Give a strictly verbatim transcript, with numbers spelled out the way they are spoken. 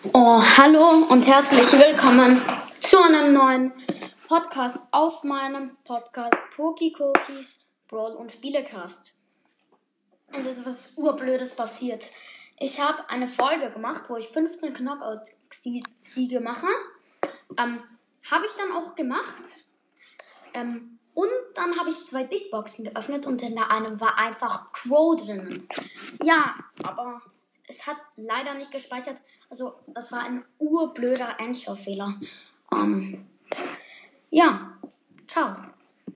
Oh, hallo und herzlich willkommen zu einem neuen Podcast auf meinem Podcast Poki Cookies, Brawl und Spielecast. Es ist was Urblödes passiert. Ich habe eine Folge gemacht, wo ich fünfzehn Knockout-Siege mache. Ähm, habe ich dann auch gemacht. Ähm, und dann habe ich zwei Big Boxen geöffnet und in der einen war einfach Crow drin. Ja, aber es hat leider nicht gespeichert. Also, das war ein urblöder Anchor-Fehler. Ähm, ja, ciao.